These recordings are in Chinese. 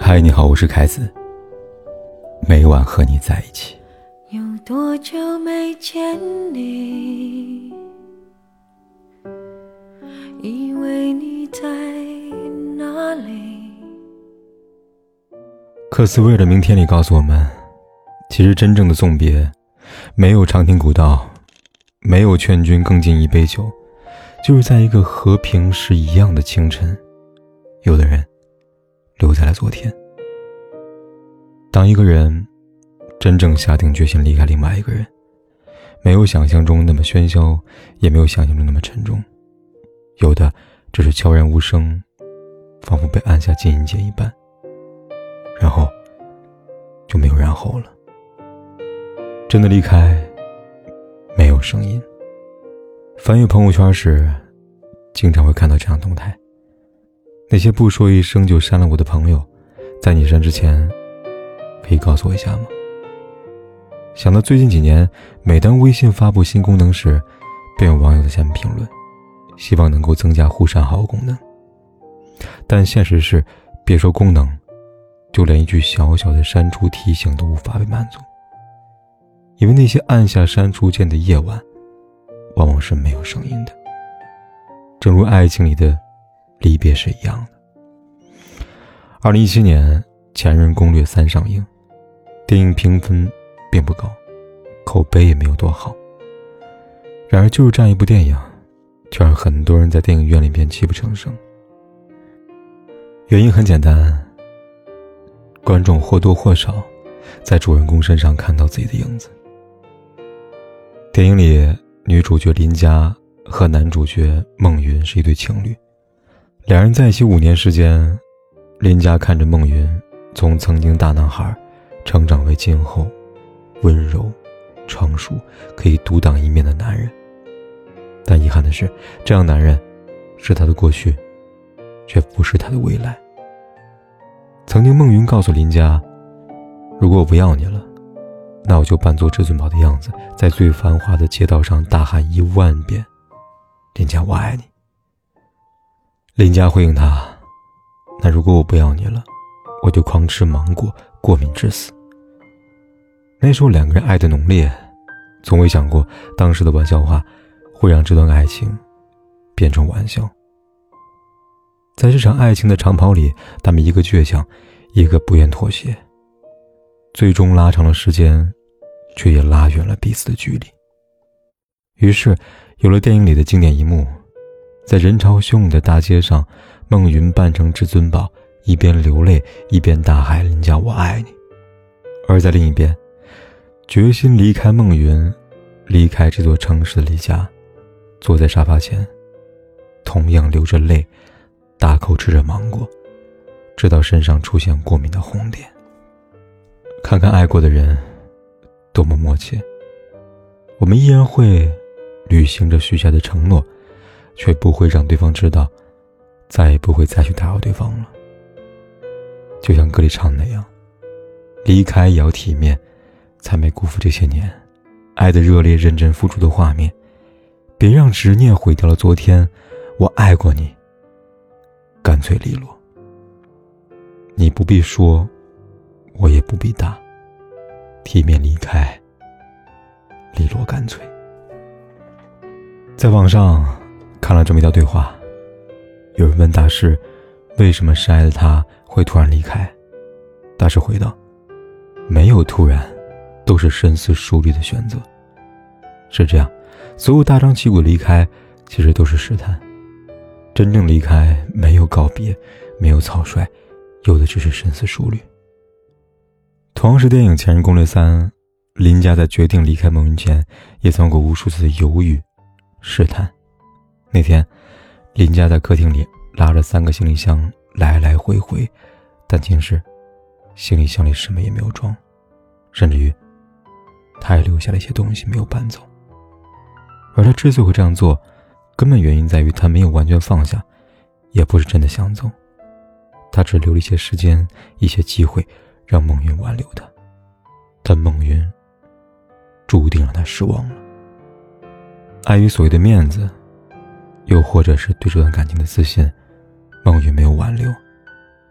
嗨，你好，我是凯子，每晚和你在一起。 有多久没见你，以为你在哪里。 克斯威尔的明天里告诉我们，其实真正的送别没有长亭古道，没有劝君更尽一杯酒，就是在一个和平时一样的清晨，有的人留在了昨天。当一个人真正下定决心离开另外一个人，没有想象中那么喧嚣，也没有想象中那么沉重，有的只是悄然无声，仿佛被按下静音键一般，然后就没有然后了。真的离开没有声音。翻阅朋友圈时，经常会看到这样动态：那些不说一声就删了我的朋友，在你删之前可以告诉我一下吗？想到最近几年，每当微信发布新功能时，便有网友在下面评论，希望能够增加互删好功能。但现实是，别说功能，就连一句小小的删除提醒都无法被满足。因为那些按下删除键的夜晚，往往是没有声音的，正如爱情里的离别是一样的。2017年，《前任攻略3》上映，电影评分并不高，口碑也没有多好。然而就是这样一部电影，却让很多人在电影院里边泣不成声。原因很简单，观众或多或少在主人公身上看到自己的影子。电影里，女主角林佳和男主角孟云是一对情侣，两人在一起5年时间，林佳看着孟云从曾经大男孩成长为今后温柔成熟可以独当一面的男人。但遗憾的是，这样男人是他的过去，却不是他的未来。曾经孟云告诉林佳，如果我不要你了，那我就扮作至尊宝的样子，在最繁华的街道上大喊10000遍，林佳我爱你。林佳回应他，那如果我不要你了，我就狂吃芒果，过敏致死。那时候两个人爱得浓烈，从未想过当时的玩笑话会让这段爱情变成玩笑。在这场爱情的长跑里，他们一个倔强，一个不愿妥协，最终拉长了时间，却也拉远了彼此的距离。于是有了电影里的经典一幕，在人潮汹涌的大街上，孟云扮成至尊宝，一边流泪一边大喊林佳我爱你。而在另一边，决心离开孟云，离开这座城市的李佳，坐在沙发前，同样流着泪，大口吃着芒果，直到身上出现过敏的红点。看看爱过的人多么默契，我们依然会履行着许下的承诺，却不会让对方知道，再也不会再去打扰对方了。就像歌里唱的那样，离开也要体面，才没辜负这些年爱的热烈认真付出的画面。别让执念毁掉了昨天，我爱过你，干脆利落。你不必说，我也不必答，体面离开，利落干脆。在网上看了这么一条对话，有人问大师为什么深爱的他会突然离开，大师回道，没有突然，都是深思熟虑的选择。是这样，所有大张旗鼓离开其实都是试探，真正离开没有告别，没有草率，有的只是深思熟虑。同样是电影《前任攻略3》，林佳在决定离开孟云前也曾过无数次的犹豫试探。那天林佳在客厅里拉着3个行李箱来来回回，但竟是行李箱里什么也没有装，甚至于他还留下了一些东西没有搬走。而他之所以会这样做，根本原因在于他没有完全放下，也不是真的想走，他只留了一些时间，一些机会让孟云挽留他，但孟云注定让他失望了。碍于所谓的面子，又或者是对这段感情的自信，孟云没有挽留。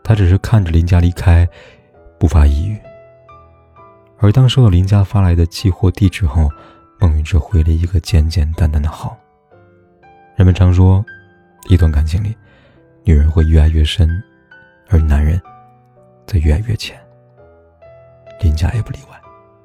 他只是看着林家离开，不发一语。而当收到林家发来的寄货地址后，孟云只回了一个简简单单的好。人们常说，一段感情里，女人会越爱越深，而男人则越爱越浅。林家也不例外。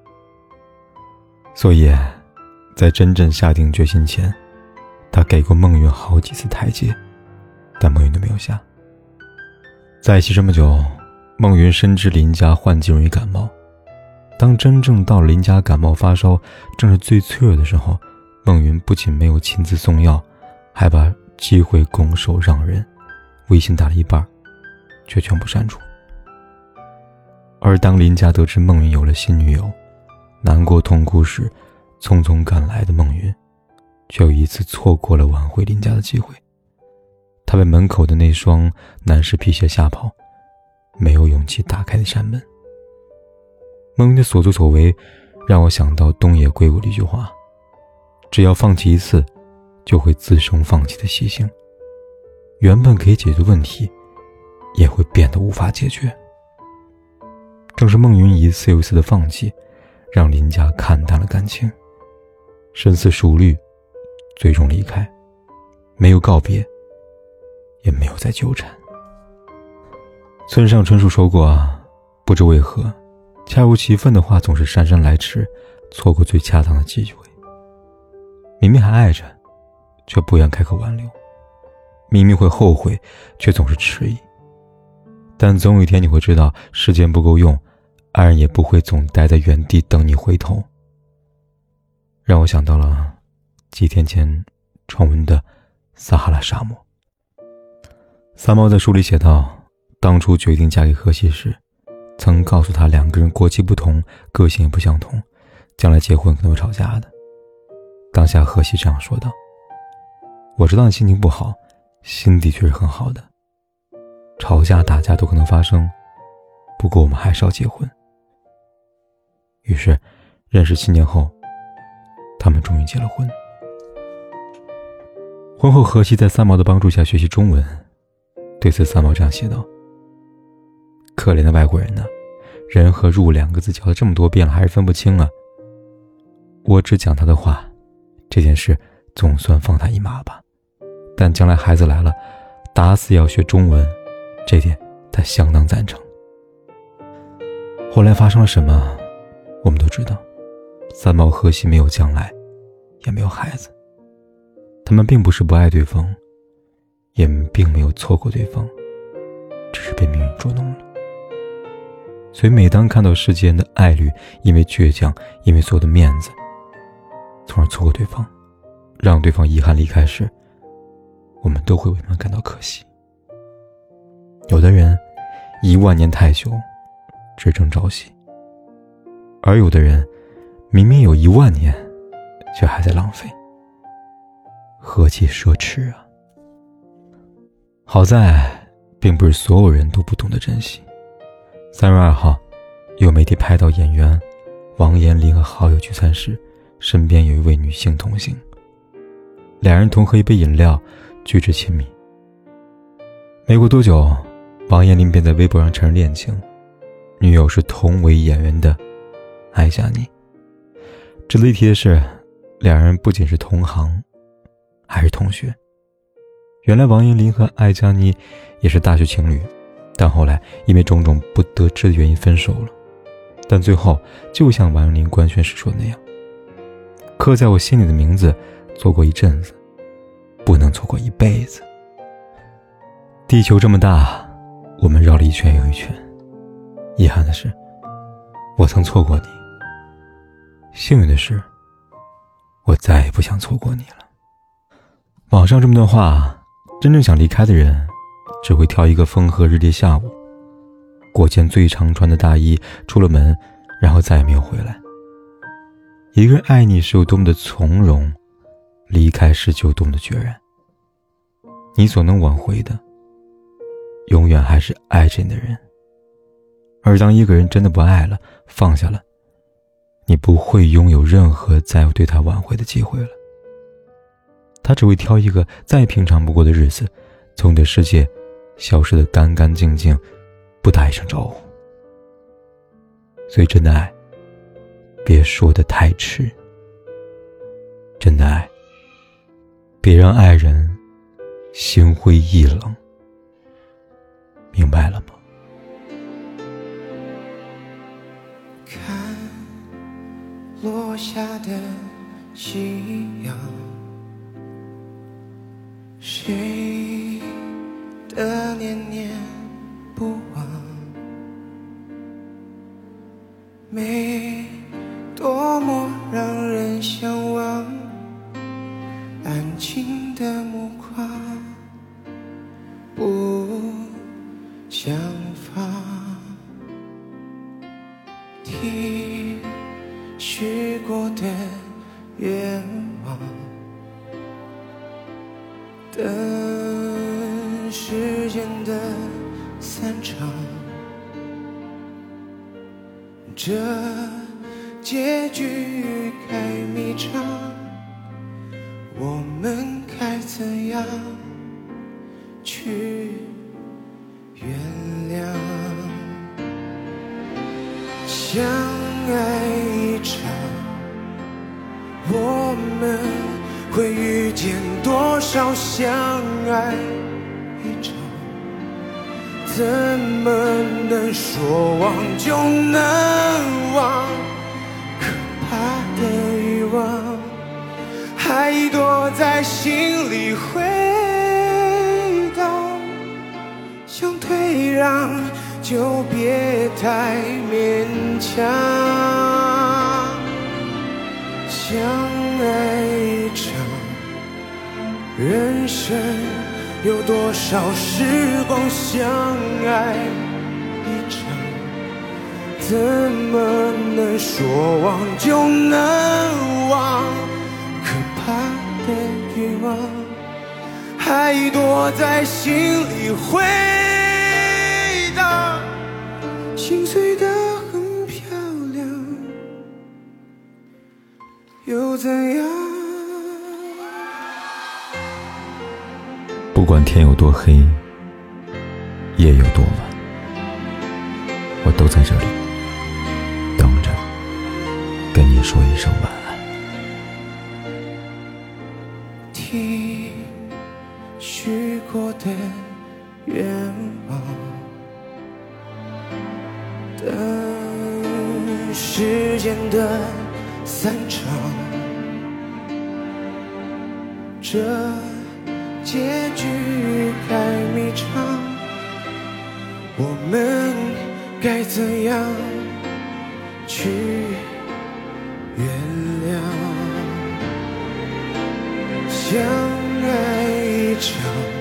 所以在真正下定决心前，他给过孟云好几次台阶，但孟云都没有下。在一起这么久，孟云深知林家换季容易感冒。当真正到了林家感冒发烧正是最脆弱的时候，孟云不仅没有亲自送药，还把机会拱手让人，微信打了一半，却全部删除。而当林家得知孟云有了新女友，难过痛哭时，匆匆赶来的孟云却又一次错过了挽回林家的机会。他被门口的那双男士皮鞋吓跑，没有勇气打开那扇门。孟云的所作所为让我想到东野圭吾的一句话，只要放弃一次，就会滋生放弃的习性，原本可以解决的问题也会变得无法解决。正是孟云一次又一次的放弃，让林家看淡了感情，深思熟虑，最终离开，没有告别，也没有再纠缠。村上春树说过不知为何，恰如其分的话总是姗姗来迟，错过最恰当的机会。明明还爱着，却不愿开口挽留；明明会后悔，却总是迟疑。但总有一天你会知道，时间不够用，爱人也不会总待在原地等你回头。让我想到了几天前传闻的撒哈拉沙漠。三毛在书里写道，当初决定嫁给荷西时，曾告诉他两个人国籍不同，个性也不相同，将来结婚可能会吵架的。当下荷西这样说道，我知道你心情不好，心地却是很好的，吵架打架都可能发生，不过我们还是要结婚。于是认识7年后，他们终于结了婚。婚后荷西在三毛的帮助下学习中文，对此三毛这样写道，可怜的外国人呢，人和入2个字教了这么多遍了，还是分不清啊。我只讲他的话，这件事总算放他一马吧，但将来孩子来了，打死要学中文，这点他相当赞成。后来发生了什么我们都知道，三毛荷西没有将来，也没有孩子。他们并不是不爱对方，也并没有错过对方，只是被命运捉弄了。所以每当看到世间的爱侣因为倔强，因为所有的面子，从而错过对方，让对方遗憾离开时，我们都会为他们感到可惜。有的人10000年太久，只争朝夕，而有的人明明有10000年，却还在浪费，何其奢侈啊！好在并不是所有人都不懂得珍惜。3月2号，有媒体拍到演员王彦霖和好友聚餐时，身边有一位女性同行，两人同喝一杯饮料，举止亲密。没过多久，王彦霖便在微博上承认恋情，女友是同为演员的艾嘉妮。值得一提的是，两人不仅是同行，还是同学。原来王彦霖和艾嘉妮也是大学情侣，但后来因为种种不得志的原因分手了。但最后就像王彦霖官宣时说的那样，刻在我心里的名字错过一阵子，不能错过一辈子。地球这么大，我们绕了一圈又一圈，遗憾的是我曾错过你，幸运的是我再也不想错过你了。网上这么段话，真正想离开的人只会挑一个风和日丽下午，裹件最常穿的大衣，出了门，然后再也没有回来。一个人爱你是有多么的从容，离开时就有多么的决然。你所能挽回的，永远还是爱着你的人。而当一个人真的不爱了，放下了，你不会拥有任何再有对他挽回的机会了。他只会挑一个再平常不过的日子，从你的世界消失得干干净净， 不打一声招呼。所以真的爱，别说得太迟。真的爱，别让爱人心灰意冷。明白了吗？ 看落下的夕阳，谁的念念不忘，美多么让人向往，安静的目光不相放，提许过的愿望，等时间的散场，这结局该迷场，我们该怎样去原谅？相爱一场，我们会遇见多少相爱一场？怎么能说忘就能忘？可怕的欲望还躲在心里回荡，想退让就别太勉强。相爱一场，人生有多少时光相爱一场？怎么能说忘就能忘？可怕的欲望还躲在心里回荡，心碎得很漂亮，又怎样？ 不管天有多黑，夜有多晚，我都在这里等着跟你说一声晚安。 提许过的愿望，等时间的散场，这结局该迷场，我们该怎样去原谅？相爱一场，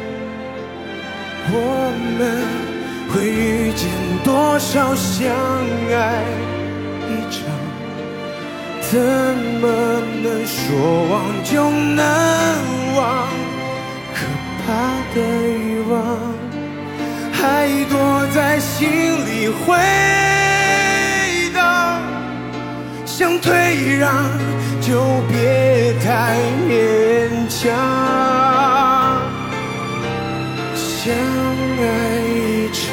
我们会遇见多少相爱一场？怎么能说忘就能忘？可怕的欲望还躲在心里回荡，想退让就别太勉强。相爱一场，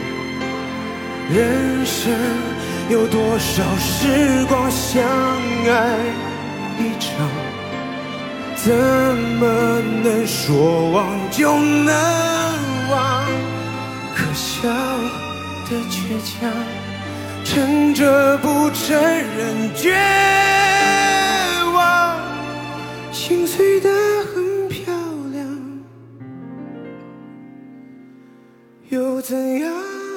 人生有多少时光相爱一场？怎么能说忘就能忘？可笑的倔强，撑着不承认绝望，心碎得很漂亮，又怎样？